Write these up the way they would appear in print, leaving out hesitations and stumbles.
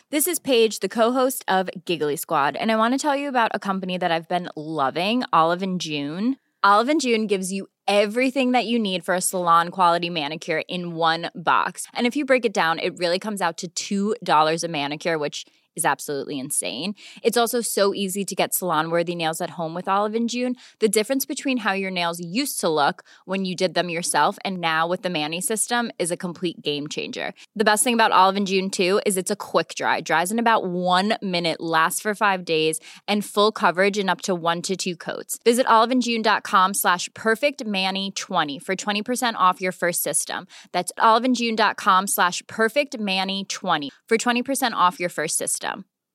This is Paige, the co-host of Giggly Squad, and I want to tell you about a company that I've been loving, Olive & June. Olive & June gives you everything that you need for a salon-quality manicure in one box. And if you break it down, it really comes out to $2 a manicure, which is absolutely insane. It's also so easy to get salon-worthy nails at home with Olive & June. The difference between how your nails used to look when you did them yourself and now with the Mani system is a complete game changer. The best thing about Olive & June, too, is it's a quick dry. Dries in about 1 minute, lasts for 5 days, and full coverage in up to 1 to 2 coats. Visit oliveandjune.com/perfectmani20 for 20% off your first system. That's oliveandjune.com/perfectmani20 for 20% off your first system.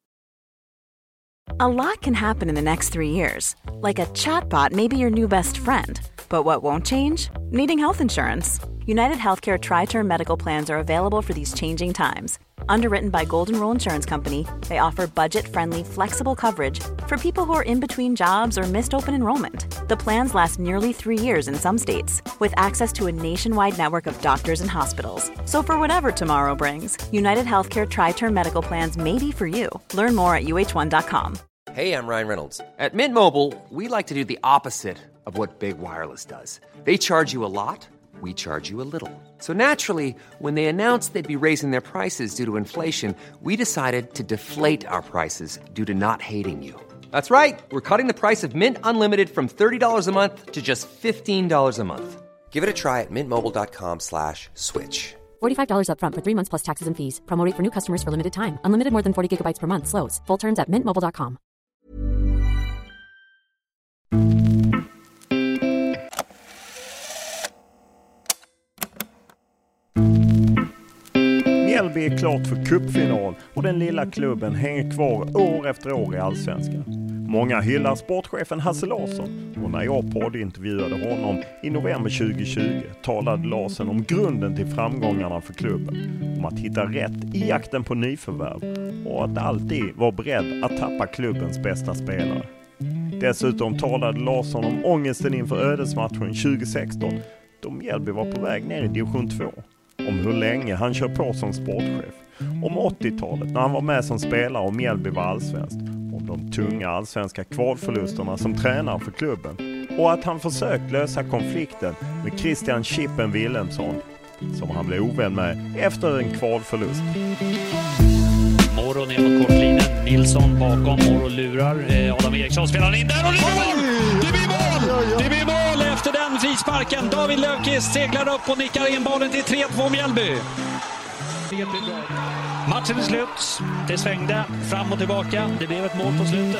A lot can happen in the next 3 years. Like a chatbot may be your new best friend. But what won't change? Needing health insurance. United Healthcare Tri-Term Medical Plans are available for these changing times. Underwritten by Golden Rule Insurance Company, they offer budget-friendly, flexible coverage for people who are in between jobs or missed open enrollment. The plans last nearly 3 years in some states, with access to a nationwide network of doctors and hospitals. So for whatever tomorrow brings, United Healthcare Tri-Term Medical Plans may be for you. Learn more at uh1.com. Hey, I'm Ryan Reynolds. At Mint Mobile, we like to do the opposite of what Big Wireless does. They charge you a lot. We charge you a little. So naturally, when they announced they'd be raising their prices due to inflation, we decided to deflate our prices due to not hating you. That's right. We're cutting the price of Mint Unlimited from $30 a month to just $15 a month. Give it a try at mintmobile.com/switch. $45 up front for 3 months plus taxes and fees. Promo rate for new customers for limited time. Unlimited more than 40 gigabytes per month. Slows full terms at mintmobile.com. Mjällby är klart för cupfinal och den lilla klubben hänger kvar år efter år i Allsvenskan. Många hyllar sportchefen Hasse Larsson och när jag poddintervjuade honom i november 2020 talade Larsson om grunden till framgångarna för klubben. Om att hitta rätt i jakten på nyförvärv och att alltid vara beredd att tappa klubbens bästa spelare. Dessutom talade Larsson om ångesten inför ödesmatchen 2016 då Mjällby var på väg ner i division 2. Om hur länge han kör på som sportchef. Om 80-talet när han var med som spelare och Mjällby var allsvenskt. Om de tunga allsvenska kvalförlusterna som tränare för klubben. Och att han försökt lösa konflikten med Christian Chippen Wilhelmsson som han blev ovän med efter en kvalförlust. Moro ner mot kortlinjen. Nilsson bakom. Moro lurar. Adam Eriksson spelar in där och det blir mål! Det blir mål! Det blir mål efter den frisparken. David Löfqvist seglar upp och nickar in bollen till 3-2 Mjällby. Matchen är slut. Det svängde fram och tillbaka. Det blev ett mål på slutet.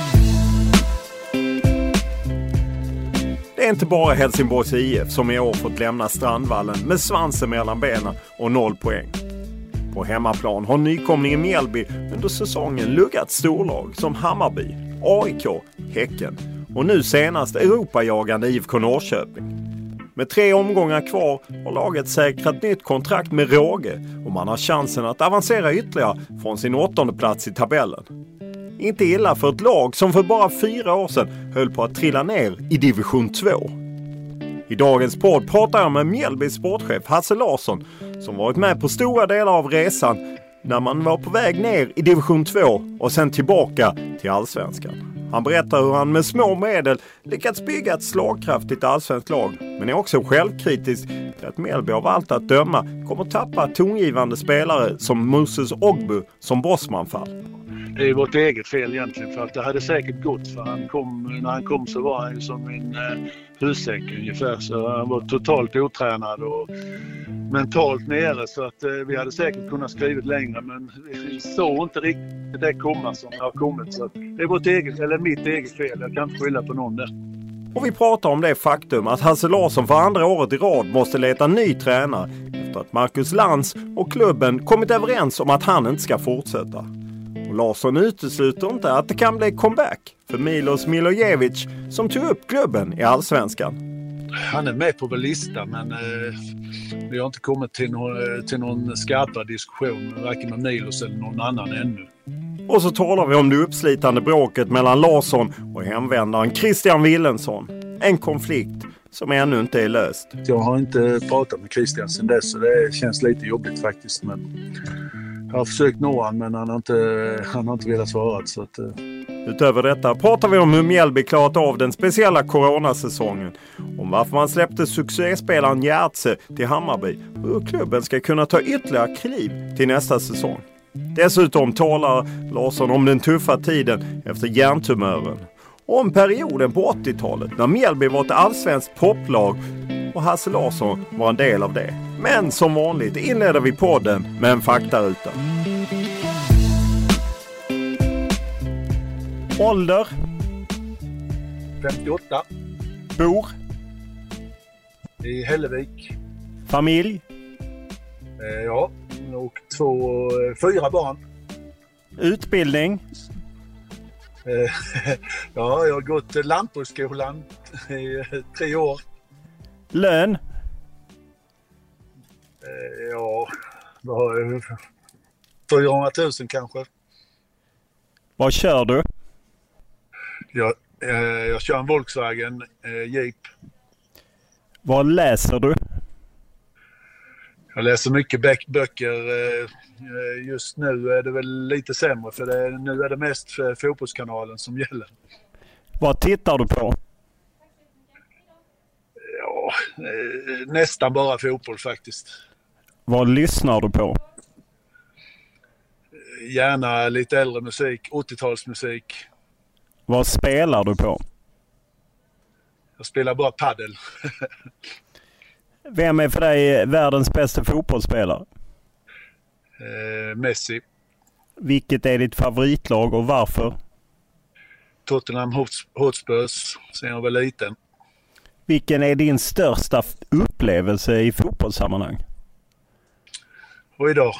Det är inte bara Helsingborgs IF som i år fått lämna Strandvallen med svansen mellan benen och 0 poäng. På hemmaplan har nykomlingen Mjällby under säsongen luggat storlag som Hammarby, AIK, Häcken och nu senast Europajagande IFK Norrköping. Med 3 omgångar kvar har laget säkrat nytt kontrakt med råge och man har chansen att avancera ytterligare från sin 8:e plats i tabellen. Inte illa för ett lag som för bara 4 år sedan höll på att trilla ner i division 2. I dagens podd pratar jag med Mjällbys sportchef Hasse Larsson som varit med på stora delar av resan när man var på väg ner i division 2 och sen tillbaka till allsvenskan. Han berättar hur han med små medel lyckats bygga ett slagkraftigt allsvenskt lag men är också självkritisk till att Mjällby av allt att döma kommer tappa tongivande spelare som Moses Ogbu som bossmanfall. Det är vårt eget fel egentligen för att det hade säkert gått för när han kom så var han ju som en hussäck ungefär så han var totalt otränad och mentalt nere så att vi hade säkert kunnat skrivit längre men vi såg inte riktigt det komma som har kommit så att det är vårt eget eller mitt eget fel, jag kan inte skylla på någon där. Och vi pratar om det faktum att Hasse Larsson för andra året i rad måste leta ny tränare efter att Marcus Lantz och klubben kommit överens om att han inte ska fortsätta. Och Larsson utesluter inte att det kan bli comeback för Milos Milojevic som tog upp klubben i allsvenskan. Han är med på vår lista men vi har inte kommit till någon skarpare diskussion varken med Milos eller någon annan ännu. Och så talar vi om det uppslitande bråket mellan Larsson och hemvändaren Christian Wilhelmsson. En konflikt som ännu inte är löst. Jag har inte pratat med Christian sedan dess så det känns lite jobbigt faktiskt men Jag har försökt nå han, men han har inte velat svara. Så att, Utöver detta pratar vi om hur Mjällby klarat av den speciella coronasäsongen. Om varför man släppte succéspelaren Järtse till Hammarby. Och hur klubben ska kunna ta ytterligare kliv till nästa säsong. Dessutom talar Larsson om den tuffa tiden efter hjärntumören. Och om perioden på 80-talet när Mjällby var ett allsvenskt poplag och Hasse Larsson var en del av det. Men som vanligt inleder vi podden med en faktaruta. Ålder? 58. Bor? I Hällevik. Familj? Ja, och 4 barn. Utbildning? Ja, jag har gått lantbruksskolan i 3 år. Lön? Ja, 400 000 kanske. Vad kör du? Jag kör en Volkswagen Jeep. Vad läser du? Jag läser mycket böcker. Just nu är det väl lite sämre för nu är det mest fotbollskanalen som gäller. Vad tittar du på? Ja, nästan bara fotboll faktiskt. Vad lyssnar du på? Gärna lite äldre musik, 80-talsmusik. Vad spelar du på? Jag spelar bara paddel. Vem är för dig världens bästa fotbollsspelare? Messi. Vilket är ditt favoritlag och varför? Tottenham Hotspurs sen jag var liten. Vilken är din största upplevelse i fotbollssammanhang? Och idag?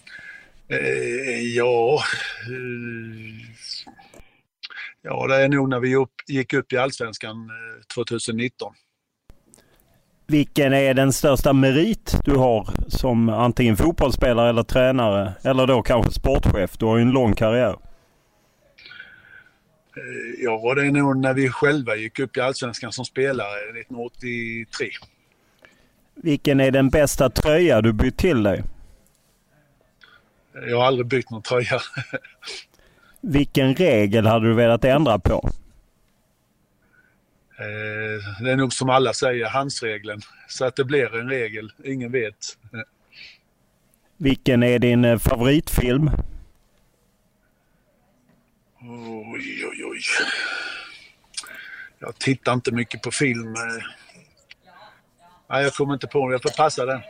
Ja, det är nog när vi gick upp i Allsvenskan 2019. Vilken är den största merit du har som antingen fotbollsspelare eller tränare eller då kanske sportchef? Du har ju en lång karriär. Ja, det är nog när vi själva gick upp i Allsvenskan som spelare 1983. Vilken är den bästa tröja du bytt till dig? Jag har aldrig bytt någon tröja. Vilken regel hade du velat ändra på? Det är nog som alla säger, handsregeln. Så att det blir en regel, ingen vet. Vilken är din favoritfilm? Oj. Jag tittar inte mycket på film. Nej, jag kommer inte på det. Jag får passa den.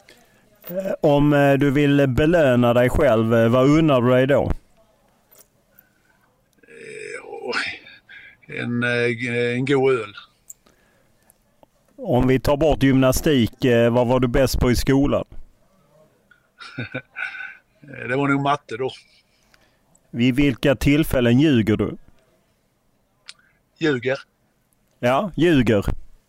Om du vill belöna dig själv, vad unnar du dig då? En god öl. Om vi tar bort gymnastik, vad var du bäst på i skolan? Det var nog matte då. Vid vilka tillfällen ljuger du? Ljuger? Ja, ljuger.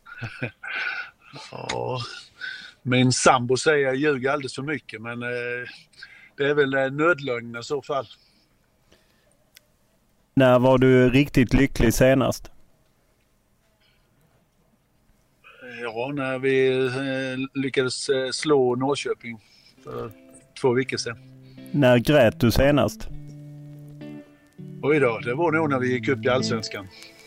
Ja, min sambo säger jag ljuger alldeles för mycket, men det är väl nödlögn i så fall. När var du riktigt lycklig senast? Ja, när vi lyckades slå Norrköping för 2 veckor sedan. När grät du senast? Och idag, det var nog när vi gick upp i Allsvenskan.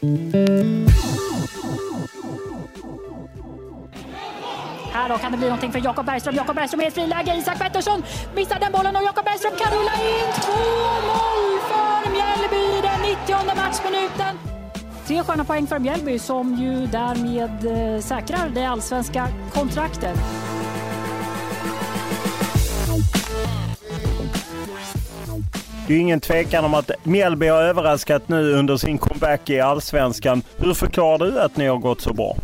Här då kan det bli någonting för Jakob Bergström. Jakob Bergström är ett friläge. Isak Pettersson missar den bollen och Jakob Bergström kan rulla in 2-0 för Mjällby i den 90:e matchminuten. 3 sköna poäng för Mjällby som ju därmed säkrar det allsvenska kontraktet. Det är ingen tvekan om att Mjällby har överraskat nu under sin comeback i Allsvenskan. Hur förklarar du att ni har gått så bra?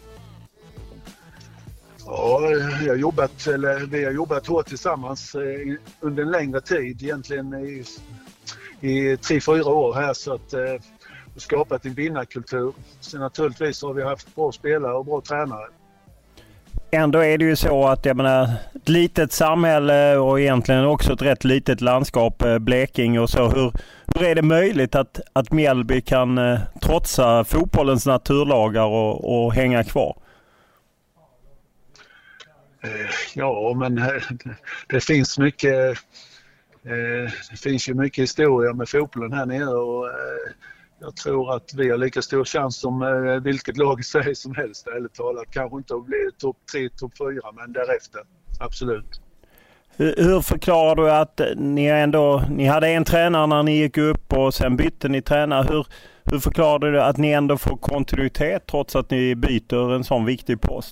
Ja, vi har jobbat hårt tillsammans under en längre tid, egentligen i 3-4 år här, så att skapat en vinnarkultur. Så naturligtvis har vi haft bra spelare och bra tränare. Ändå är det ju så att jag menar, ett litet samhälle och egentligen också ett rätt litet landskap, Blekinge och så. Hur är det möjligt att Mjällby kan trotsa fotbollens naturlagar och hänga kvar? Ja, men det finns mycket Det finns ju mycket historia med fotbollen här nere och jag tror att vi har lika stor chans som vilket lag i Sverige som helst, ärligt talat. Kanske inte att bli topp 3, topp 4, men därefter, absolut. Hur förklarar du att ni hade en tränare när ni gick upp och sen bytte ni tränare? Hur förklarar du att ni ändå får kontinuitet trots att ni byter en sån viktig post?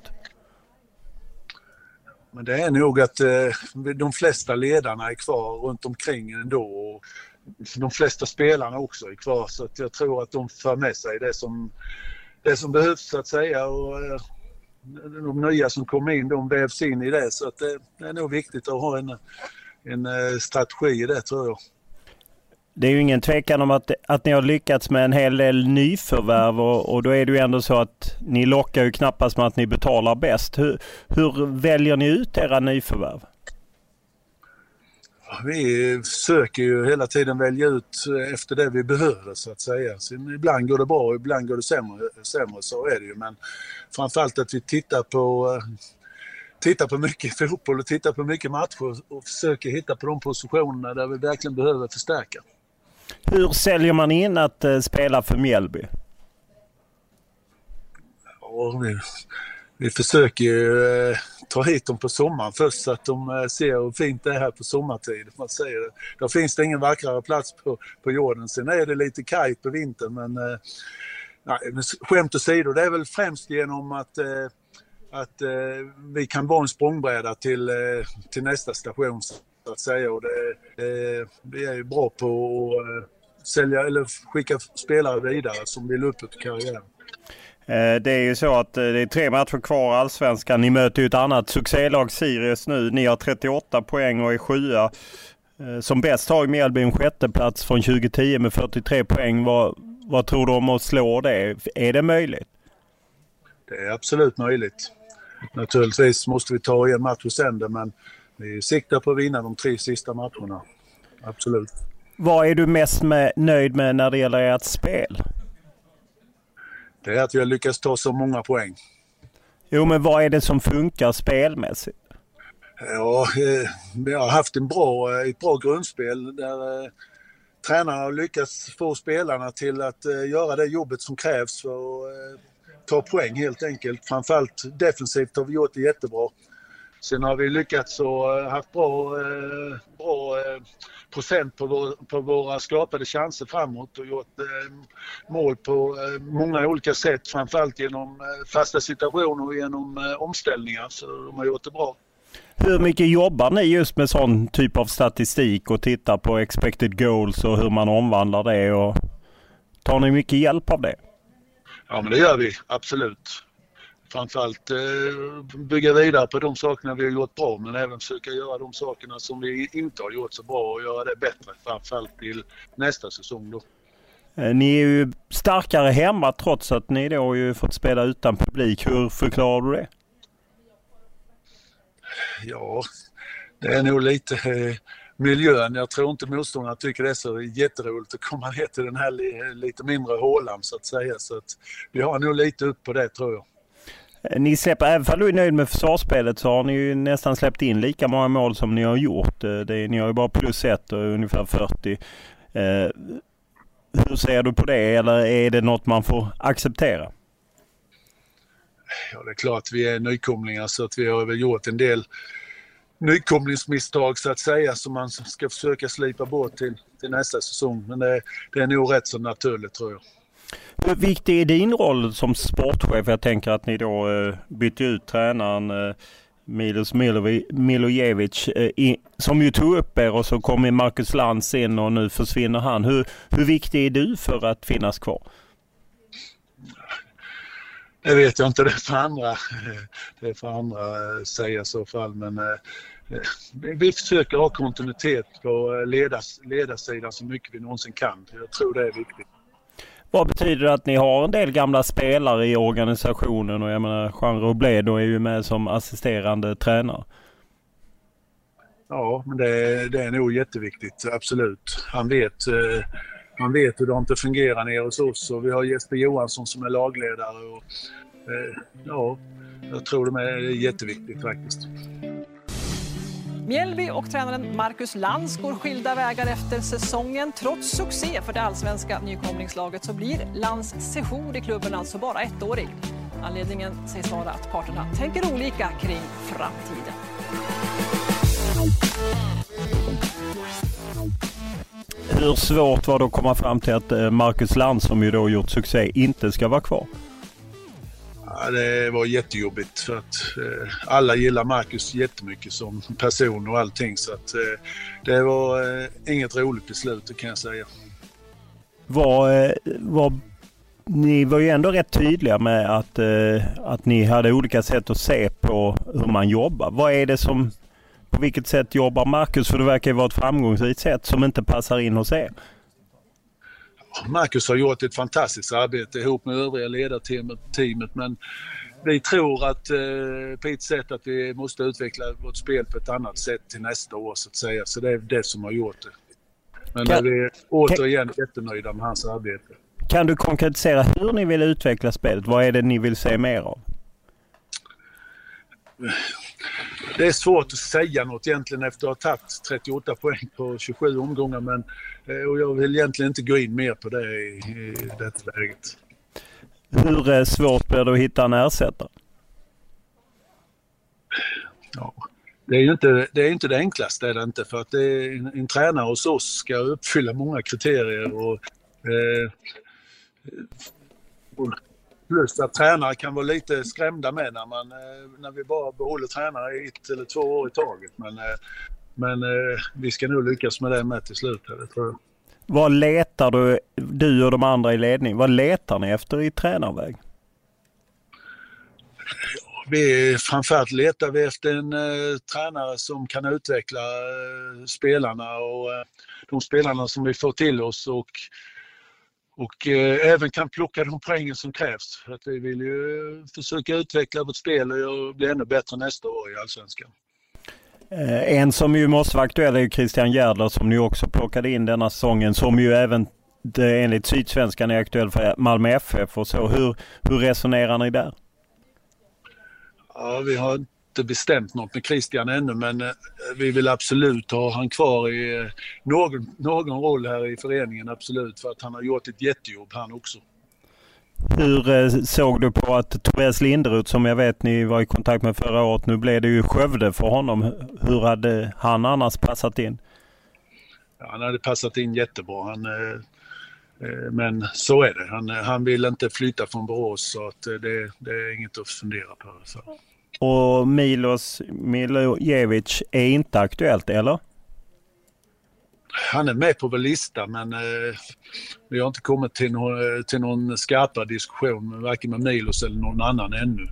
Men det är nog att de flesta ledarna är kvar runt omkring ändå och de flesta spelarna också är kvar, så att jag tror att de för med sig det som behövs så att säga, och de nya som kommer in, de vävs in i det, så att det är nog viktigt att ha en strategi i det, tror jag. Det är ju ingen tvekan om att ni har lyckats med en hel del nyförvärv och då är det ju ändå så att ni lockar ju knappast med att ni betalar bäst. Hur väljer ni ut era nyförvärv? Vi försöker ju hela tiden välja ut efter det vi behöver, så att säga. Så ibland går det bra och ibland går det sämre, så är det ju. Men framförallt att vi tittar på mycket fotboll och tittar på mycket matcher och försöker hitta på de positionerna där vi verkligen behöver förstärka. Hur säljer man in att spela för Mjällby? Ja, vi försöker ju ta hit dem på sommaren först så att de ser hur fint det är här på sommartid. Man säger det. Då finns det ingen vackrare plats på jorden. Sen är det lite kajt på vintern, men skämt åsido, det är väl främst genom att vi kan vara en språngbräda till nästa station, så att säga. Och vi är ju bra på att sälja eller skicka spelare vidare som vill uppåt i karriären. Det är ju så att det är 3 matcher kvar i Allsvenskan. Ni möter ju ett annat succélag, Sirius, nu. Ni har 38 poäng och är 7. Som bäst har ju Mjällby en 6:e plats från 2010 med 43 poäng. Vad tror du om att slå det? Är det möjligt? Det är absolut möjligt. Naturligtvis måste vi ta en match och sänder, men vi siktar på att vinna de 3 sista matcherna. Absolut. Vad är du mest nöjd med när det gäller ert spel? Det är att vi har lyckats ta så många poäng. Jo, men vad är det som funkar spelmässigt? Ja, vi har haft ett bra grundspel där tränarna har lyckats få spelarna till att göra det jobbet som krävs för att ta poäng helt enkelt. Framförallt defensivt har vi gjort det jättebra. Sen har vi lyckats och haft bra procent på våra skapade chanser framåt och gjort mål på många olika sätt, framförallt genom fasta situationer och genom omställningar, så de har gjort det bra. Hur mycket jobbar ni just med sån typ av statistik och tittar på expected goals och hur man omvandlar det, och tar ni mycket hjälp av det? Ja, men det gör vi, absolut. Framförallt bygga vidare på de sakerna vi har gjort bra, men även försöka göra de sakerna som vi inte har gjort så bra och göra det bättre, framförallt till nästa säsong då. Ni är ju starkare hemma trots att ni då ju fått spela utan publik. Hur förklarar du det? Ja, det är nog lite miljön. Jag tror inte motståndarna tycker det är så jätteroligt att komma ner till den här lite mindre hålan, så att säga. Så att vi har nog lite upp på det, tror jag. Ni släpper, även om du är nöjd med försvarsspelet, så har ni ju nästan släppt in lika många mål som ni har gjort. Ni har ju bara +1 och ungefär 40. Hur ser du på det, eller är det något man får acceptera? Ja, det är klart vi är nykomlingar, så att vi har väl gjort en del nykomlingsmisstag, så att säga, som man ska försöka slipa bort till nästa säsong. Men det är nog rätt så naturligt, tror jag. Hur viktig är din roll som sportchef? Jag tänker att ni då bytte ut tränaren Milos Milojevic som ju tog upp er, och så kommer Marcus Lantz in och nu försvinner han. Hur viktig är du för att finnas kvar? Det vet jag inte, det är för andra säga i så fall, men vi försöker ha kontinuitet på ledarsidan så mycket vi någonsin kan. Jag tror det är viktigt. Vad betyder det att ni har en del gamla spelare i organisationen? Och jag menar, Jean Robledo är ju med som assisterande tränare. Ja, men det är nog jätteviktigt, absolut. Han vet hur det inte fungerar nere hos oss, och vi har Jesper Johansson som är lagledare. Och, ja, jag tror det är jätteviktigt faktiskt. Mjällby och tränaren Marcus Lantz går skilda vägar efter säsongen. Trots succé för det allsvenska nykomlingslaget så blir Lantz sejour i klubben alltså bara 1-årig. Anledningen sägs vara att parterna tänker olika kring framtiden. Hur svårt var det att komma fram till att Marcus Lantz, som ju då gjort succé, inte ska vara kvar? Ja, det var jättejobbigt för att alla gillar Marcus jättemycket som person och allting, så att det var inget roligt beslut, kan jag säga. Ni var ju ändå rätt tydliga med att ni hade olika sätt att se på hur man jobbar. Vad är det som, på vilket sätt jobbar Marcus? För det verkar ju vara ett framgångsrikt sätt som inte passar in hos er. Marcus har gjort ett fantastiskt arbete ihop med övriga ledarteamet, men vi tror att på ett sätt att vi måste utveckla vårt spel på ett annat sätt till nästa år, så att säga. Så det är det som har gjort det. Men vi är återigen jättenöjda med hans arbete. Kan du konkretisera hur ni vill utveckla spelet? Vad är det ni vill se mer av? Det är svårt att säga något egentligen efter att ha tagit 38 poäng på 27 omgångar, men och jag vill egentligen inte gå in mer på det i detta läget. Hur svårt blir det att hitta en ersättare? Ja, det är inte det enklaste, är det inte, för att en tränare hos oss ska uppfylla många kriterier och plus att tränare kan vara lite skrämda med när vi bara behåller tränare i 1 eller 2 år i taget. Men vi ska nog lyckas med det med till slut, det tror jag. Vad letar du och de andra i ledning? Vad letar ni efter i tränarväg? Framförallt letar vi efter en tränare som kan utveckla spelarna och de spelarna som vi får till oss och även kan plocka de poängen som krävs. För att vi vill ju försöka utveckla vårt spel och bli ännu bättre nästa år i Allsvenskan. En som ju måste vara aktuell är ju Christian Järdler, som ni också plockade in denna säsongen, som ju även enligt Sydsvenskan är aktuell för Malmö FF och så. Hur resonerar ni där? Ja, vi har inte bestämt något med Christian ännu, men vi vill absolut ha han kvar i någon roll här i föreningen, absolut, för att han har gjort ett jättejobb han också. Hur såg du på att Tobias Linderud, som jag vet ni var i kontakt med förra året, nu blev det ju Skövde för honom. Hur hade han annars passat in? Ja, han hade passat in jättebra. Men så är det. Han vill inte flytta från Borås, så att det är inget att fundera på. Så. Och Milojevic är inte aktuellt, eller? Han är med på vår lista, men vi har inte kommit till någon skarpare diskussion, varken med Milos eller någon annan ännu.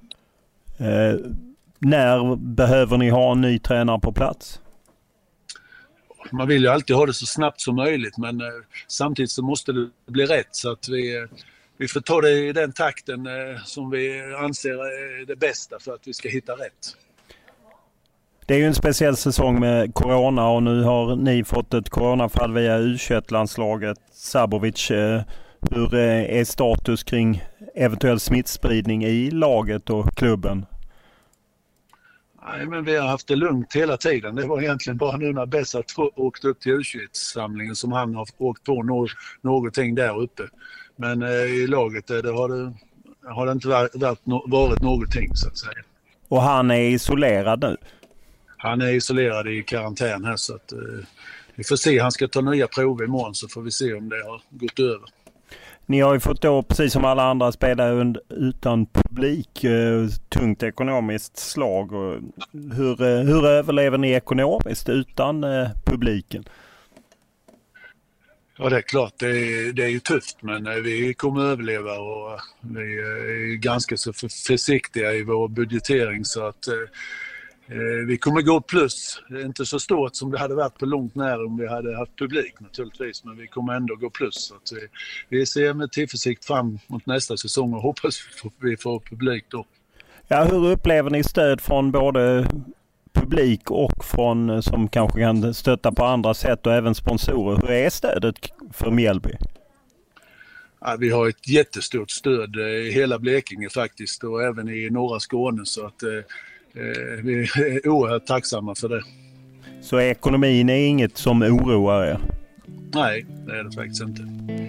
När behöver ni ha en ny tränare på plats? Man vill ju alltid ha det så snabbt som möjligt, men samtidigt så måste det bli rätt, så att vi får ta det i den takten som vi anser är det bästa för att vi ska hitta rätt. Det är ju en speciell säsong med corona och nu har ni fått ett coronafall via U21-landslaget. Sabovic, hur är status kring eventuell smittspridning i laget och klubben? Nej, men vi har haft det lugnt hela tiden. Det var egentligen bara nu när Bessat åkte upp till U21-samlingen som han har åkt på någonting där uppe. Men i laget har det inte varit någonting, så att säga. Och han är isolerad nu? Han är isolerad i karantän här, så att vi får se. Han ska ta nya prover imorgon, så får vi se om det har gått över. Ni har ju fått då, precis som alla andra, spela utan publik, tungt ekonomiskt slag. Hur överlever ni ekonomiskt utan publiken? Ja, det är klart. Det är ju tufft, men vi kommer att överleva och vi är ganska så försiktiga i vår budgetering, så att vi kommer gå plus. Det är inte så stort som det hade varit på långt när om vi hade haft publik naturligtvis, men vi kommer ändå gå plus. Så att vi ser med tillförsikt fram mot nästa säsong och hoppas vi får publik då. Ja, hur upplever ni stöd från både publik och från som kanske kan stötta på andra sätt och även sponsorer? Hur är stödet för Mjällby? Ja, vi har ett jättestort stöd i hela Blekinge faktiskt, och även i norra Skåne, så att vi är oerhört tacksamma för det. Så ekonomin är inget som oroar er? Nej, det är det faktiskt inte.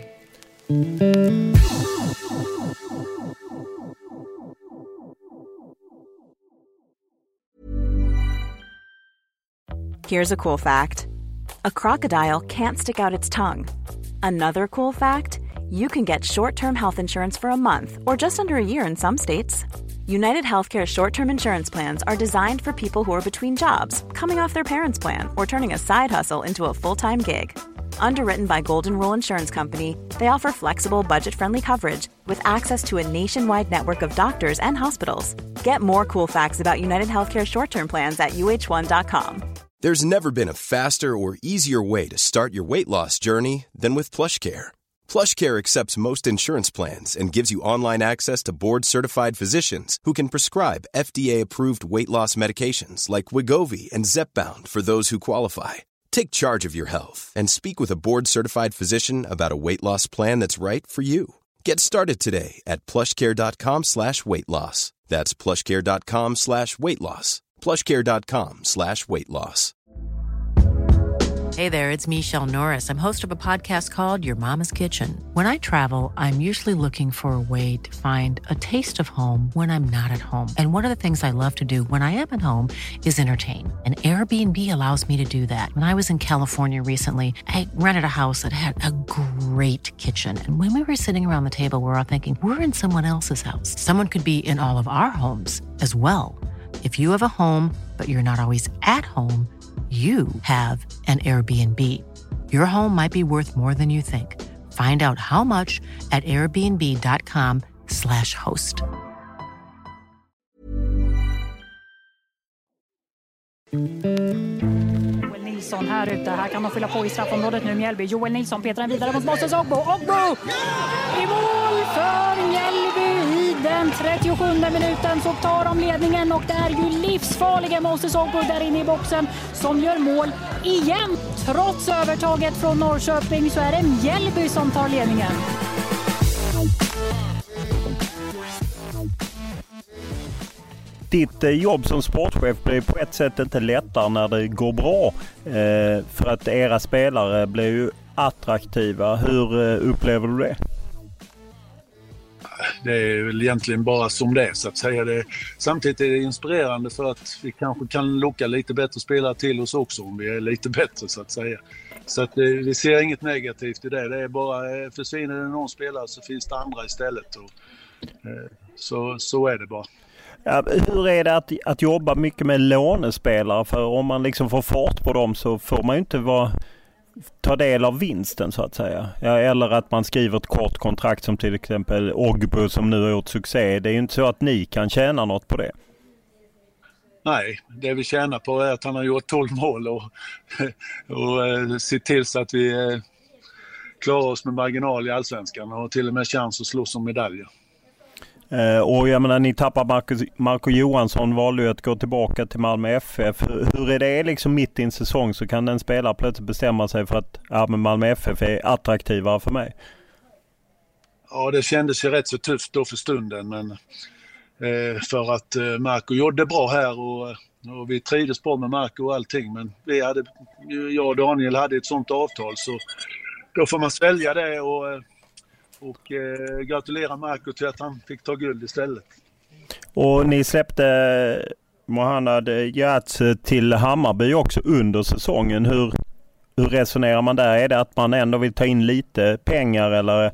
Here's a cool fact. A crocodile can't stick out its tongue. Another cool fact, you can get short-term health insurance for a month or just under a year in some states. United Healthcare short-term insurance plans are designed for people who are between jobs, coming off their parents' plan, or turning a side hustle into a full-time gig. Underwritten by Golden Rule Insurance Company, they offer flexible, budget-friendly coverage with access to a nationwide network of doctors and hospitals. Get more cool facts about United Healthcare short-term plans at uh1.com. There's never been a faster or easier way to start your weight loss journey than with PlushCare. PlushCare accepts most insurance plans and gives you online access to board-certified physicians who can prescribe FDA-approved weight loss medications like Wegovy and Zepbound for those who qualify. Take charge of your health and speak with a board-certified physician about a weight loss plan that's right for you. Get started today at plushcare.com/weightloss. That's plushcare.com/weightloss. plushcare.com/weightloss. Hey there, it's Michelle Norris. I'm host of a podcast called Your Mama's Kitchen. When I travel, I'm usually looking for a way to find a taste of home when I'm not at home. And one of the things I love to do when I am at home is entertain. And Airbnb allows me to do that. When I was in California recently, I rented a house that had a great kitchen. And when we were sitting around the table, we were all thinking, we're in someone else's house. Someone could be in all of our homes as well. If you have a home, but you're not always at home, you have an Airbnb. Your home might be worth more than you think. Find out how much at airbnb.com/host. Joel Nilsson här ute. Här kan de fylla på i straffområdet nu, Mjällby. Joel Nilsson petrar vidare mot Moses Ogbo. Ogbo! I mål för Mjällby i den 37:e minuten så tar de ledningen och det är ju livsfarliga Moses Ogbo där inne i boxen som gör mål igen. Trots övertaget från Norrköping så är det Mjällby som tar ledningen. Ditt jobb som sportchef blir på ett sätt inte lättare när det går bra. För att era spelare blir ju attraktiva. Hur upplever du det? Det är väl egentligen bara som det är, så att säga. Samtidigt är det inspirerande för att vi kanske kan locka lite bättre spelare till oss också om vi är lite bättre, så att säga. Så att vi ser inget negativt i det. Det är bara, försvinner det någon spelare så finns det andra istället. Och, så är det bara. Ja, hur är det att jobba mycket med lånespelare? För om man liksom får fart på dem så får man ju inte ta del av vinsten, så att säga. Ja, eller att man skriver ett kort kontrakt som till exempel Ogbo som nu har gjort succé. Det är ju inte så att ni kan tjäna något på det. Nej, det vi tjänar på är att han har gjort 12 mål och se till så att vi klarar oss med marginal i Allsvenskan och till och med chans att slåss om medaljer. Och jag menar, ni tappar Marco Johansson, valde ju att gå tillbaka till Malmö FF. Hur är det liksom mitt i en säsong så kan den spelare plötsligt bestämma sig för att men Malmö FF är attraktivare för mig? Ja, det kändes ju rätt så tufft då för stunden, men för att Marco gjorde bra här och vi trivdes bra med Marco och allting, men jag och Daniel hade ett sånt avtal så då får man svälja det och gratulera Marco till att han fick ta guld istället. Och ni släppte Mohanad Yats till Hammarby också under säsongen. Hur resonerar man där? Är det att man ändå vill ta in lite pengar eller?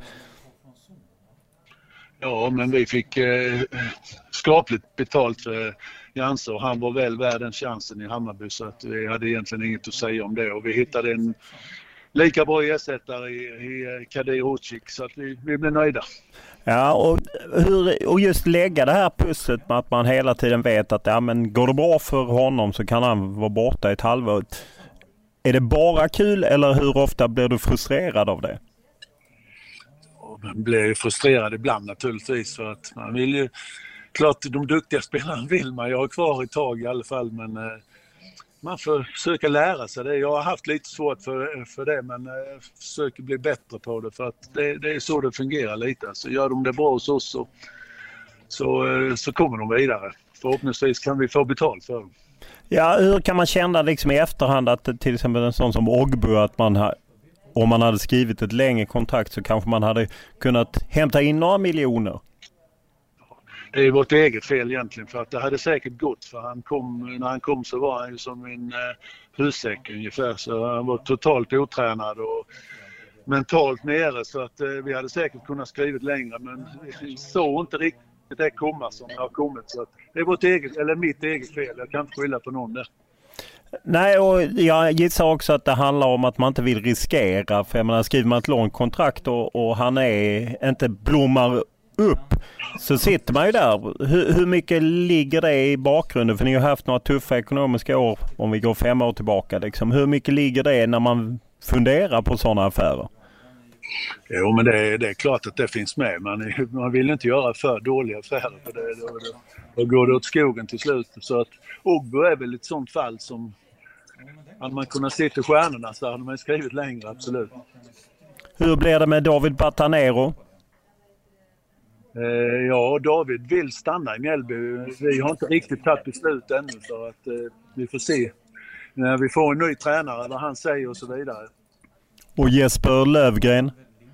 Ja, men vi fick skapligt betalt för Janse och han var väl värd den chansen i Hammarby, så att vi hade egentligen inget att säga om det. Och vi hittade en lika bra ersättare i Kadir Hodzic, så att vi blev nöjda. Ja, och just lägga det här pusslet med att man hela tiden vet att går det bra för honom så kan han vara borta ett halvår. Är det bara kul eller hur ofta blir du frustrerad av det? Man blir ju frustrerad ibland naturligtvis, för att man vill ju, klart de duktiga spelarna vill man ju ha kvar ett tag i alla fall, men man får försöka lära sig det. Jag har haft lite svårt för det, men försöker bli bättre på det, för att det är så det fungerar lite. Så gör de det bra hos oss så kommer de vidare. förhoppningsvis kan vi få betalt för dem. Ja, hur kan man känna liksom i efterhand att till exempel en sån som Ogbu, att om man hade skrivit ett längre kontrakt så kanske man hade kunnat hämta in några miljoner? Det är vårt eget fel egentligen, för att det hade säkert gått, för när han kom så var han ju som en hussäck ungefär, så han var totalt otränad och mentalt nere, så att vi hade säkert kunnat skrivit längre, men vi såg inte riktigt det komma som det har kommit, så att det är mitt eget fel, jag kan inte skylla på någon där. Nej, och jag gissar också att det handlar om att man inte vill riskera, för jag menar, skriver man ett långt kontrakt och han inte blommar upp, så sitter man ju där. Hur mycket ligger det i bakgrunden? För ni har haft några tuffa ekonomiska år, om vi går 5 år tillbaka. Liksom. Hur mycket ligger det när man funderar på sådana affärer? Jo, men det är klart att det finns med. Man vill inte göra för dåliga affärer, för då går det åt skogen till slut. Så att Ogbu är väl ett sånt fall som hade man kunnat sitta i stjärnorna så hade man skrivit längre, absolut. Hur blir det med David Batanero? Ja, David vill stanna i Mjällby. Vi har inte riktigt tagit beslut ännu, så att vi får se när vi får en ny tränare vad han säger och så vidare. Och Jesper Lövgren?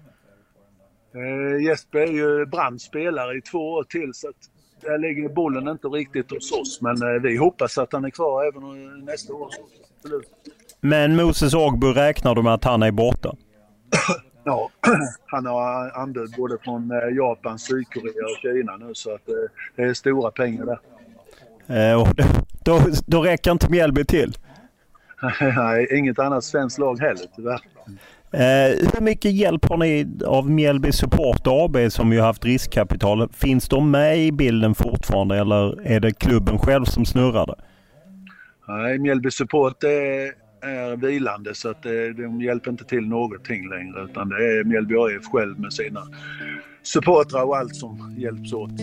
Jesper är ju brandspelare i 2 år till, så att där ligger bollen inte riktigt hos oss, men vi hoppas att han är kvar även nästa år. Men Moses Ogbu, räknar du med att han är borta? Ja, han har anbud både från Japan, Sydkorea och Kina nu, så att det är stora pengar där. Och då räcker inte Mjällby till? Nej, inget annat svenskt lag heller tyvärr. Hur mycket hjälp har ni av Mjällby Support AB som ju haft riskkapital? Finns de med i bilden fortfarande, eller är det klubben själv som snurrar det? Nej, Mjällby Support är vilande, så att de hjälper inte till någonting längre, utan det är Mjällby AF själv med sina supportrar och allt som hjälps åt.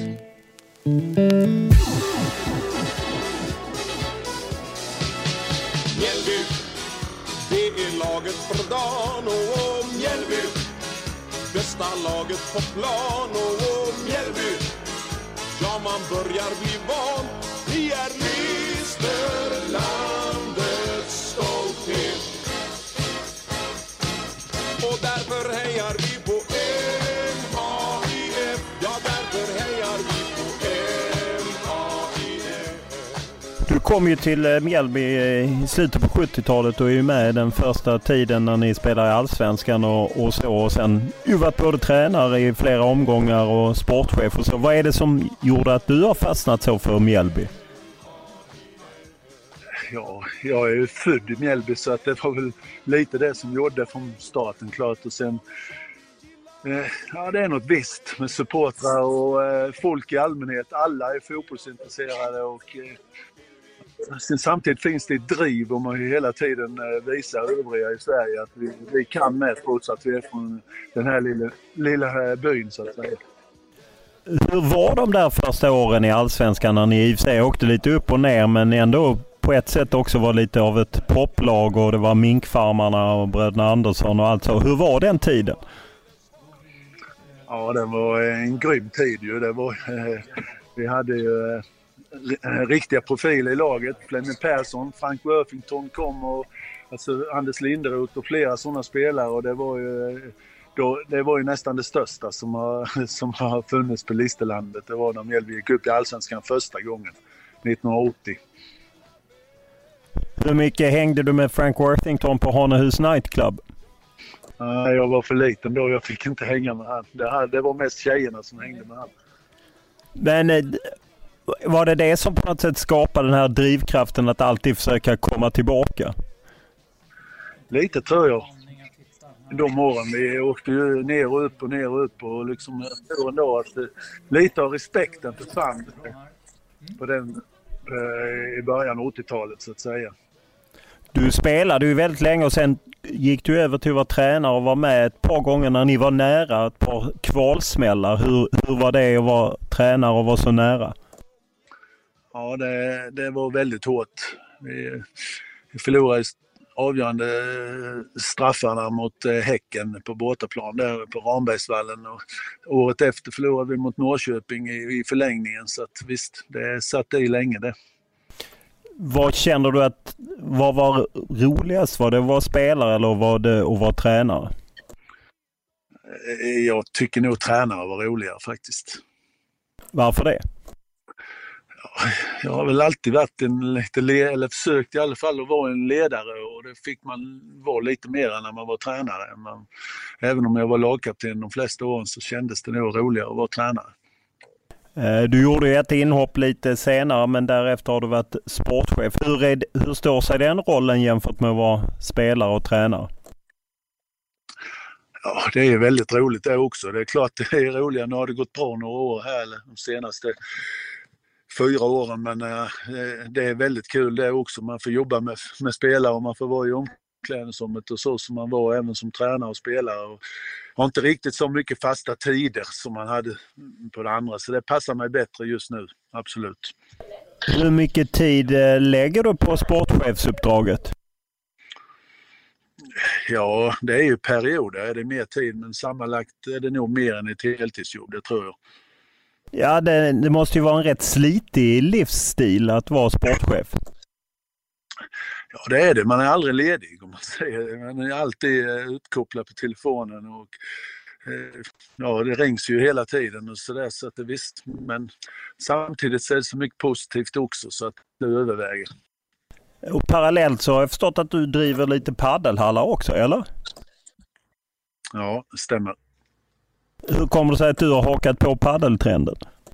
Mjällby, det är laget för dagen, och Mjällby, bästa laget på plan, och Mjällby, ja man börjar bli van, vi är Listerlandets stolthet, och därför hejar vi på MAIF, ja därför hejar vi på MAIF. Du kom ju till Mjällby i slutet på 70-talet och är ju med den första tiden när ni spelar i Allsvenskan och så. Och sen ju varit både tränare i flera omgångar och sportchef och så. Vad är det som gjorde att du har fastnat så för Mjällby? Ja, jag är ju född i Mjällby, så att det var väl lite det som gjorde från starten klart. Och sen, ja, det är något visst med supportrar och folk i allmänhet. Alla är fotbollsintresserade, och sen samtidigt finns det ett driv om att hela tiden visa övriga i Sverige att vi kan med, trots att vi är från den här lilla byn så att säga. Hur var de där första åren i Allsvenskan när ni i och för sig åkte lite upp och ner, men ändå på ett sätt också var lite av ett poplag, och det var Minkfarmarna och bröderna Andersson och allt så. Hur var den tiden? Ja, det var en grym tid ju. Det var, vi hade ju riktiga profiler i laget. Flemming Persson, Frank Worthington kom, och alltså Anders Linderoth och flera sådana spelare, och det var ju nästan det största som har funnits på Listerlandet. Det var när Mjällby gick upp i Allsvenskan första gången 1980. Hur mycket hängde du med Frank Worthington på Hanehus Nightclub? Jag var för liten då, jag fick inte hänga med han. Det var mest tjejerna som hängde med han. Men var det som på något sätt skapade den här drivkraften att alltid försöka komma tillbaka? Lite tror jag. De åren vi åkte ju ner och upp och liksom ändå att lite av respekten försvann på den i början av 80-talet så att säga. Du spelade ju väldigt länge och sen gick du över till att vara tränare och var med ett par gånger när ni var nära ett par kvalsmällar. Hur var det att vara tränare och vara så nära? Ja, det var väldigt hårt. Vi förlorade avgörande straffarna mot Häcken på bortaplan där på Rambergsvallen. Och året efter förlorade vi mot Norrköping i förlängningen, så att visst, det satt i länge det. Vad känner du vad var roligast? Var det att vara spelare eller var det att vara tränare? Jag tycker nog tränare var roligare faktiskt. Varför det? Jag har väl alltid varit eller försökt i alla fall att vara en ledare, och det fick man vara lite mer när man var tränare. Men även om jag var lagkapten de flesta åren så kändes det nog roligare att vara tränare. Du gjorde ett inhopp lite senare, men därefter har du varit sportchef. Hur står sig den rollen jämfört med att vara spelare och tränare? Ja, det är väldigt roligt det också. Det är klart det är roligare. Nu har det gått bra några år här, de senaste 4 åren, men det är väldigt kul det också. Man får jobba med spelare och man får vara i omklädningsrummet och så som man var även som tränare och spelare. Och har inte riktigt så mycket fasta tider som man hade på det andra, så det passar mig bättre just nu, absolut. Hur mycket tid lägger du på sportchefsuppdraget? Ja, det är ju perioder, är det mer tid, men sammanlagt är det nog mer än ett heltidsjobb, det tror jag. Ja, det måste ju vara en rätt slitig livsstil att vara sportchef. Ja, det är det. Man är aldrig ledig, om man säger. Man är alltid utkopplad på telefonen och ja, det rings ju hela tiden och sådär, så att det visst. Men samtidigt så är det så mycket positivt också, så att det överväger. Och parallellt så har jag förstått att du driver lite paddelhallar också, eller? Ja, det stämmer. Hur kommer det sig att du har hakat på paddeltrenden?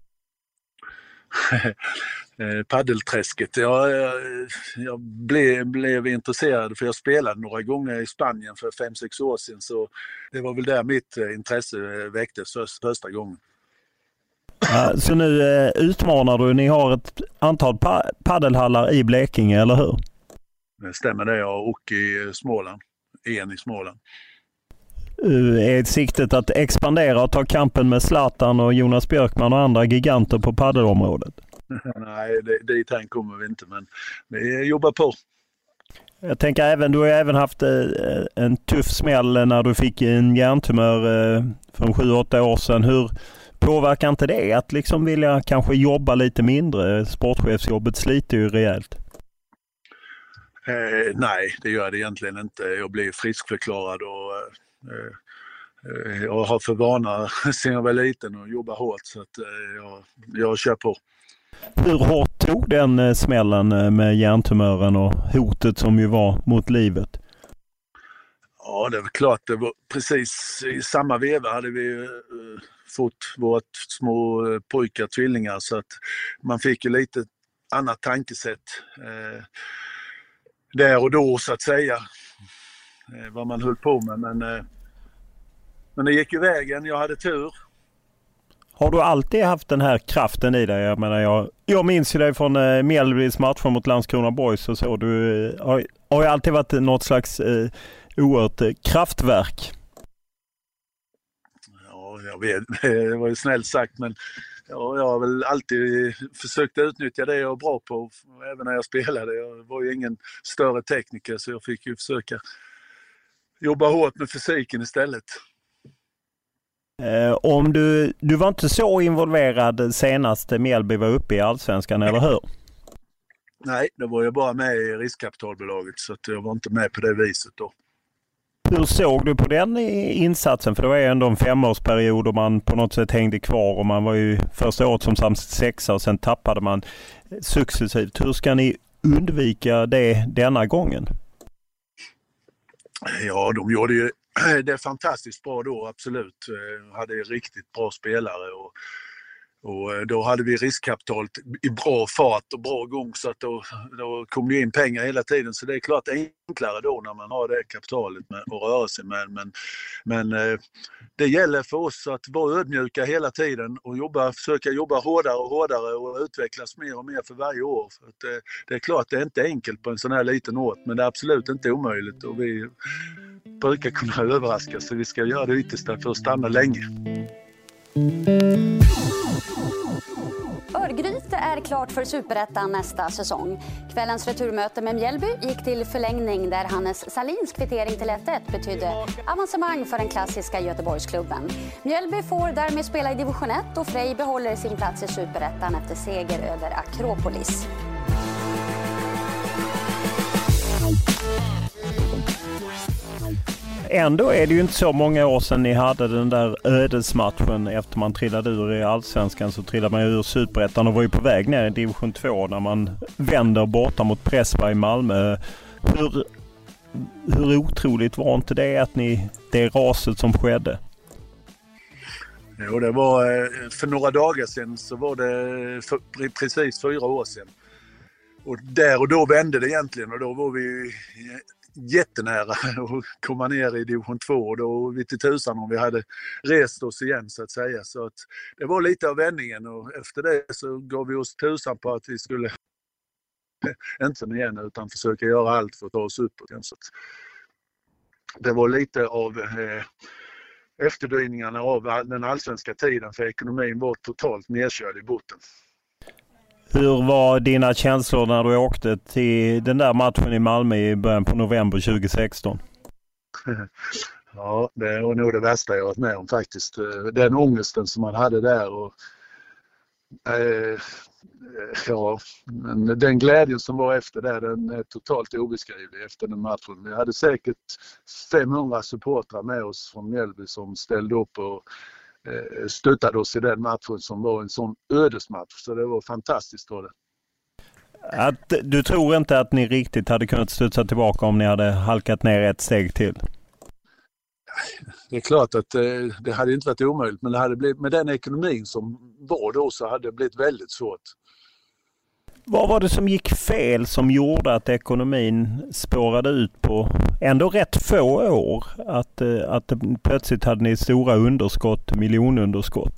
Paddelträsket. Jag blev intresserad för jag spelade några gånger i Spanien för 5-6 år sedan, så det var väl där mitt intresse väcktes första gången. Ja, så nu utmanar du, ni har ett antal paddelhallar i Blekinge, eller hur? Det stämmer det, och i Småland. En i Småland. Är siktet att expandera och ta kampen med Zlatan och Jonas Björkman och andra giganter på paddelområdet? Nej, dit här kommer vi inte, men vi jobbar på. Jag tänker du har även haft en tuff smäll när du fick en hjärntumör för 7-8 år sedan. Hur påverkar inte det att liksom vilja kanske jobba lite mindre? Sportchefsjobbet sliter ju rejält. Nej, det gör det egentligen inte. Jag blev friskförklarad och jag har för vana sen jag var liten och jobba hårt, så att jag kör på. Hur hårt tog den smällen med hjärntumören och hotet som ju var mot livet? Ja, det är väl klart. Det var precis i samma veva hade vi fått vårt små pojkar, tvillingar, så att man fick ju lite annat tankesätt där och då, så att säga, vad man höll på med, men det gick ju vägen. Jag hade tur. Har du alltid haft den här kraften i dig? Jag menar, jag minns ju dig från Mjällbys matcher mot Landskrona Boys och så. Du har ju alltid varit något slags oerhört kraftverk. Ja, jag vet. Det var ju snällt sagt, men ja, jag har väl alltid försökt utnyttja det jag är bra på, även när jag spelade. Jag var ju ingen större tekniker, så jag fick ju försöka jobba hårt med fysiken istället. Om du var inte så involverad senast Mjällby var uppe i Allsvenskan, eller hur? Nej, då var jag bara med i riskkapitalbolaget, så att jag var inte med på det viset då. Hur såg du på den insatsen? För det var ju ändå en 5-årsperiod och man på något sätt hängde kvar, och man var ju första året som sexa och sen tappade man successivt. Hur ska ni undvika det denna gången? Ja, de gjorde ju det fantastiskt bra då, absolut. Hade riktigt bra spelare och då hade vi riskkapital i bra fart och bra gång, så att då kom det in pengar hela tiden. Så det är klart enklare då när man har det kapitalet att röra sig med. Men det gäller för oss att vara ödmjuka hela tiden och försöka jobba hårdare och hårdare och utvecklas mer och mer för varje år. För att det är klart det är inte enkelt på en sån här liten ort, men det är absolut inte omöjligt, och vi brukar kunna överraska, så vi ska göra det yttersta för att stanna länge. Örgryte inte är klart för Superettan nästa säsong. Kvällens returmöte med Mjällby gick till förlängning där Hannes Salins kvittering till 1-1 betydde avancemang för den klassiska Göteborgsklubben. Mjällby får därmed spela i division 1 och Frej behåller sin plats i Superettan efter seger över Akropolis. Ändå är det ju inte så många år sedan ni hade den där ödesmatchen efter man trillade ur i Allsvenskan, så trillade man ur Superettan och var ju på väg ner i division 2 när man vänder borta mot Pressberg i Malmö. Hur otroligt var inte det att det raset som skedde? Jo, det var för några dagar sedan, så var det precis 4 år sedan. Och där och då vände det egentligen, och då var vi jättenära att komma ner i division 2, och då vi till tusan om vi hade rest oss igen så att säga. Så att det var lite av vändningen, och efter det så gav vi oss tusan på att vi skulle inte igen utan försöka göra allt för att ta oss uppåt igen. Så det var lite av efterdyningarna av den allsvenska tiden, för ekonomin var totalt nedkörd i botten. Hur var dina känslor när du åkte till den där matchen i Malmö i början på november 2016? Ja, det var nog det värsta jag varit med om faktiskt. Den ångesten som man hade där, och men den glädjen som var efter det, den är totalt obeskrivlig efter den matchen. Vi hade säkert 500 supportrar med oss från Mjällby som ställde upp och stöttade oss i den matchen som var en sån ödesmatch, så det var fantastiskt var det. Du tror inte att ni riktigt hade kunnat studsa tillbaka om ni hade halkat ner ett steg till? Det är klart att det hade inte varit omöjligt, men det hade blivit, med den ekonomin som var då, så hade det blivit väldigt svårt. Vad var det som gick fel som gjorde att ekonomin spårade ut på ändå rätt få år? Att plötsligt hade ni stora underskott, miljonunderskott?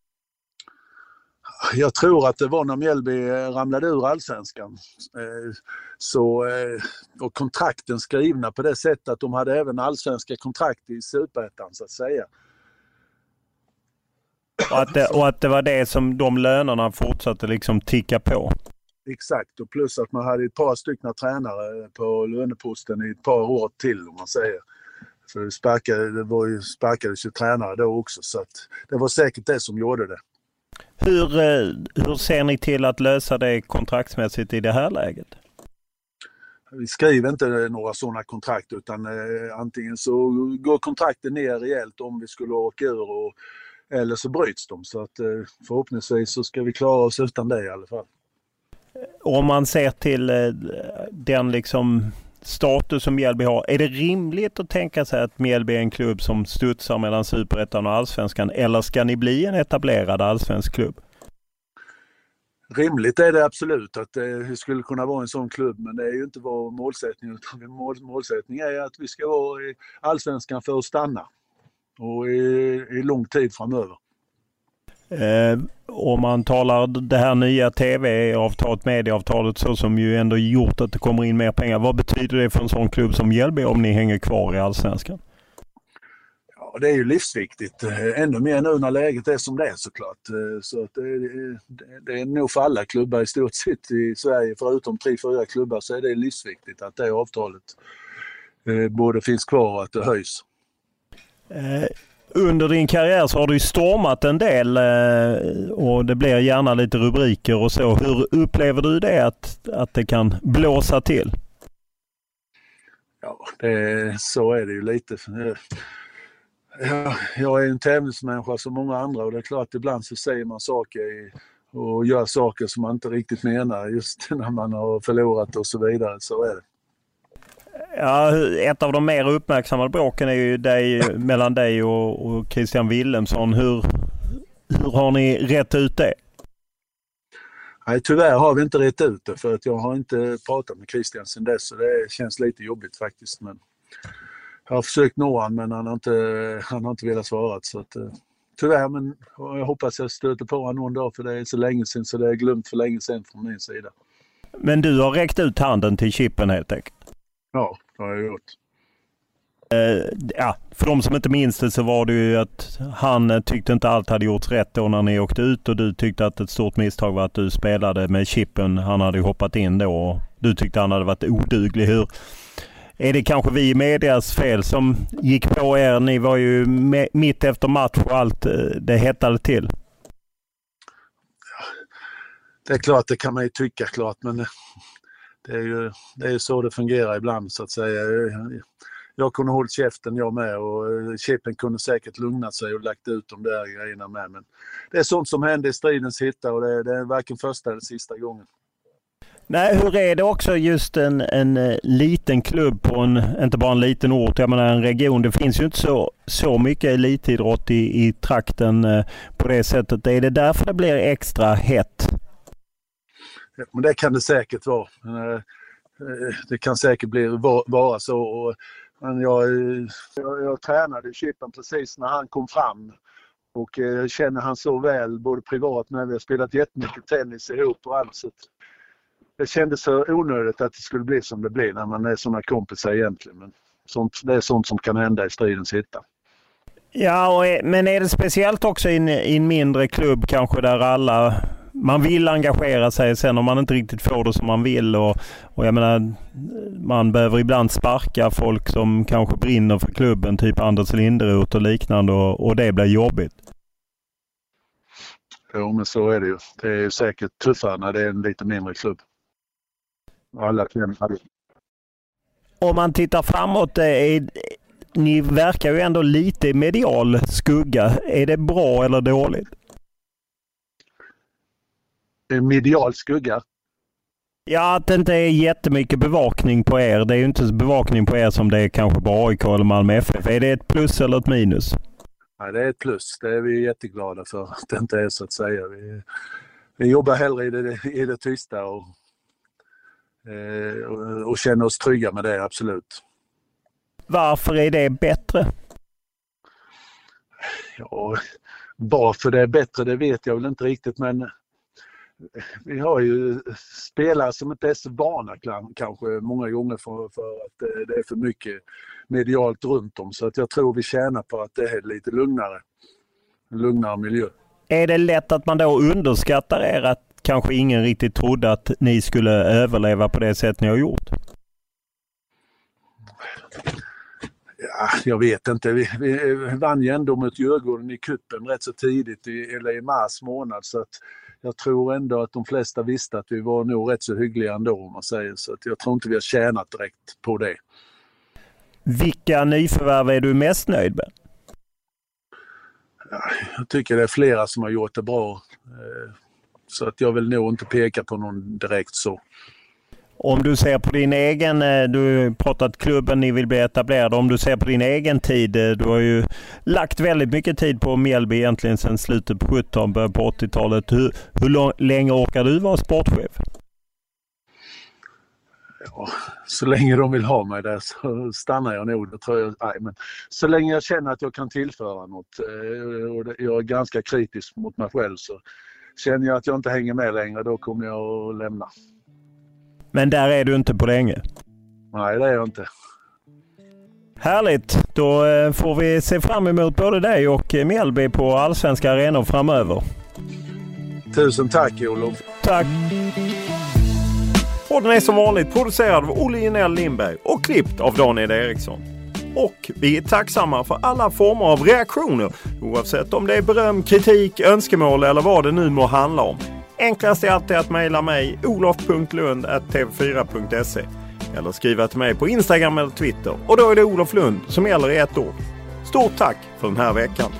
Jag tror att det var när Mjällby ramlade ur Allsvenskan. Och kontrakten skrivna på det sättet att de hade även allsvenska kontrakt i Superettan så att säga. Och att det var det som de lönerna fortsatte liksom ticka på? Exakt, och plus att man hade ett par stycken tränare på löneposten i ett par år till, om man säger. För det sparkades ju tränare då också, så att det var säkert det som gjorde det. Hur ser ni till att lösa det kontraktsmässigt i det här läget? Vi skriver inte några sådana kontrakt, utan antingen så går kontrakten ner rejält om vi skulle åka ur, eller så bryts de. Så att förhoppningsvis så ska vi klara oss utan det i alla fall. Om man ser till den liksom status som Mjällby har, är det rimligt att tänka sig att Mjällby är en klubb som studsar mellan Superettan och Allsvenskan, eller ska ni bli en etablerad allsvensk klubb? Rimligt är det absolut att det skulle kunna vara en sån klubb, men det är ju inte vår målsättning, utan målsättning är att vi ska vara i Allsvenskan för att stanna och i lång tid framöver. Om man talar det här nya tv-avtalet, medieavtalet, så som ju ändå gjort att det kommer in mer pengar. Vad betyder det för en sån klubb som Mjällby om ni hänger kvar i Allsvenskan? Ja, det är ju livsviktigt. Ännu mer nu när läget är som det är såklart. Så att det är nog för alla klubbar i stort sett i Sverige, förutom 3-4 klubbar, så är det livsviktigt att det avtalet både finns kvar och att det höjs. Under din karriär så har du stormat en del och det blir gärna lite rubriker och så. Hur upplever du det att det kan blåsa till? Ja, så är det ju lite. Jag är en tävlingsmänniska som många andra, och det är klart att ibland så säger man saker och gör saker som man inte riktigt menar just när man har förlorat och så vidare. Så är det. Ja, ett av de mer uppmärksammade bråken är ju mellan dig och Christian Wilhelmsson. Hur har ni rätt ut det? Nej, tyvärr har vi inte rätt ut det, för att jag har inte pratat med Christian sedan dess, så det känns lite jobbigt faktiskt. Men jag har försökt nå honom, men han har inte velat svara. Så att, tyvärr, men jag hoppas jag stöter på honom någon dag, för det är så länge sedan, så det är glömt för länge sedan från min sida. Men du har räckt ut handen till Chippen helt enkelt? Ja, det har jag gjort. För de som inte minns det så var det ju att han tyckte inte allt hade gjorts rätt då när ni åkte ut, och du tyckte att ett stort misstag var att du spelade med chippen. Han hade hoppat in då och du tyckte han hade varit oduglig. Hur är det kanske vi i medias fel som gick på er? Ni var ju mitt efter match och allt det hettade till. Det är klart, det kan man ju tycka klart, men det är ju så det fungerar ibland så att säga. Jag kunde hållit käften jag med, och chippen kunde säkert lugnat sig och lagt ut de där grejerna med. Men det är sånt som händer i stridens hitta, och det är varken första eller sista gången. Nej, hur är det också just en liten klubb på inte bara en liten ort, jag menar en region. Det finns ju inte så mycket elitidrott i trakten på det sättet. Är det därför det blir extra hett? Ja, men det kan det säkert vara. Det kan säkert vara så. Men jag tränade chippen precis när han kom fram. Och jag känner han så väl, både privat, när vi har spelat jättemycket tennis ihop och allt. Så det kändes så onödigt att det skulle bli som det blir när man är såna kompisar egentligen. Men det är sånt som kan hända i stridens hitta. Ja, men är det speciellt också i en mindre klubb kanske där man vill engagera sig sen om man inte riktigt får det som man vill, och jag menar, man behöver ibland sparka folk som kanske brinner för klubben, typ Anders Linderoth och liknande, och det blir jobbigt. Jo, men så är det ju. Det är ju säkert tuffare när det är en lite mindre klubb. Alla känner det. Om man tittar framåt, ni verkar ju ändå lite i medial skugga. Är det bra eller dåligt? Medial skugga? Ja, att det inte är jättemycket bevakning på er. Det är ju inte så bevakning på er som det är kanske på AIK eller Malmö FF. Är det ett plus eller ett minus? Nej, det är ett plus. Det är vi jätteglada för att det inte är så att säga. Vi jobbar hellre i det tysta och känner oss trygga med det, absolut. Varför är det bättre? Ja, varför det är bättre, det vet jag väl inte riktigt, men vi har ju spelare som inte är så vana kanske många gånger för att det är för mycket medialt runt om. Så att jag tror vi tjänar på att det är lite lugnare miljö. Är det lätt att man då underskattar er, att kanske ingen riktigt trodde att ni skulle överleva på det sätt ni har gjort? Ja, jag vet inte. Vi vann ju ändå mot Djurgården i kuppen rätt så tidigt i mars månad, så att jag tror ändå att de flesta visste att vi var nog rätt så hyggliga ändå, om man säger. Så att jag tror inte vi har tjänat direkt på det. Vilka nyförvärv är du mest nöjd med? Ja, jag tycker det är flera som har gjort det bra. Så att jag vill nog inte peka på någon direkt så. Om du ser på din egen, du har pratat klubben, ni vill bli etablerade. Om du ser på din egen tid, du har ju lagt väldigt mycket tid på Mjällby egentligen sedan slutet på 70-talet, början på 80-talet. Hur länge orkar du vara sportchef? Ja, så länge de vill ha mig där så stannar jag nog. Det tror jag, nej, men så länge jag känner att jag kan tillföra något, och jag är ganska kritisk mot mig själv, så känner jag att jag inte hänger med längre, då kommer jag att lämna. Men där är du inte på länge? Nej, det är jag inte. Härligt! Då får vi se fram emot både dig och Mjällby på allsvenska arenor framöver. Tusen tack, Olof. Tack! Podden är som vanligt producerad av Olle Jinell Lindberg och klippt av Daniel Eriksson. Och vi är tacksamma för alla former av reaktioner, oavsett om det är beröm, kritik, önskemål eller vad det nu må handla om. Enklast är alltid att mejla mig olof.lund@tv4.se eller skriva till mig på Instagram eller Twitter, och då är det Olof Lund som gäller i ett ord. Stort tack för den här veckan!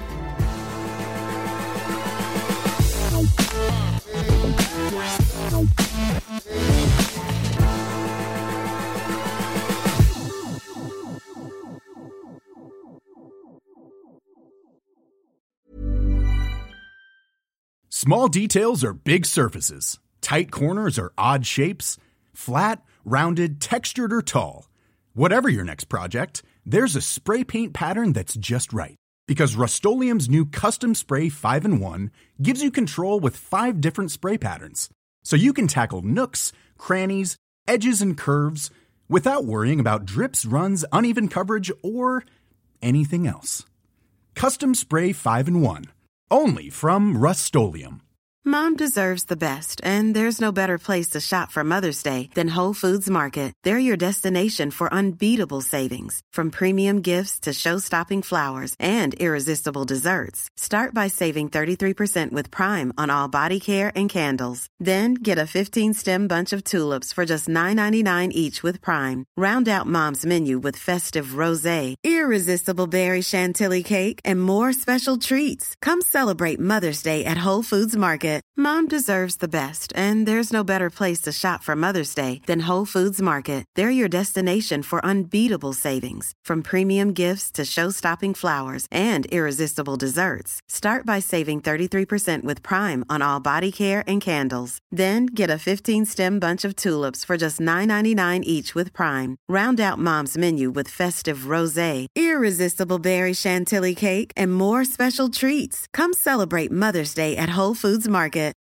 Small details are big surfaces. Tight corners are odd shapes. Flat, rounded, textured, or tall. Whatever your next project, there's a spray paint pattern that's just right. Because Rust-Oleum's new Custom Spray 5-in-1 gives you control with 5 different spray patterns. So you can tackle nooks, crannies, edges, and curves without worrying about drips, runs, uneven coverage, or anything else. Custom Spray 5-in-1. Only from Rust-Oleum. Mom deserves the best, and there's no better place to shop for Mother's Day than Whole Foods Market. They're your destination for unbeatable savings, from premium gifts to show-stopping flowers and irresistible desserts. Start by saving 33% with Prime on all body care and candles. Then get a 15-stem bunch of tulips for just $9.99 each with Prime. Round out Mom's menu with festive rosé, irresistible berry chantilly cake, and more special treats. Come celebrate Mother's Day at Whole Foods Market. Mom deserves the best, and there's no better place to shop for Mother's Day than Whole Foods Market. They're your destination for unbeatable savings, from premium gifts to show-stopping flowers and irresistible desserts. Start by saving 33% with Prime on all body care and candles. Then get a 15-stem bunch of tulips for just $9.99 each with Prime. Round out Mom's menu with festive rosé, irresistible berry chantilly cake, and more special treats. Come celebrate Mother's Day at Whole Foods Market.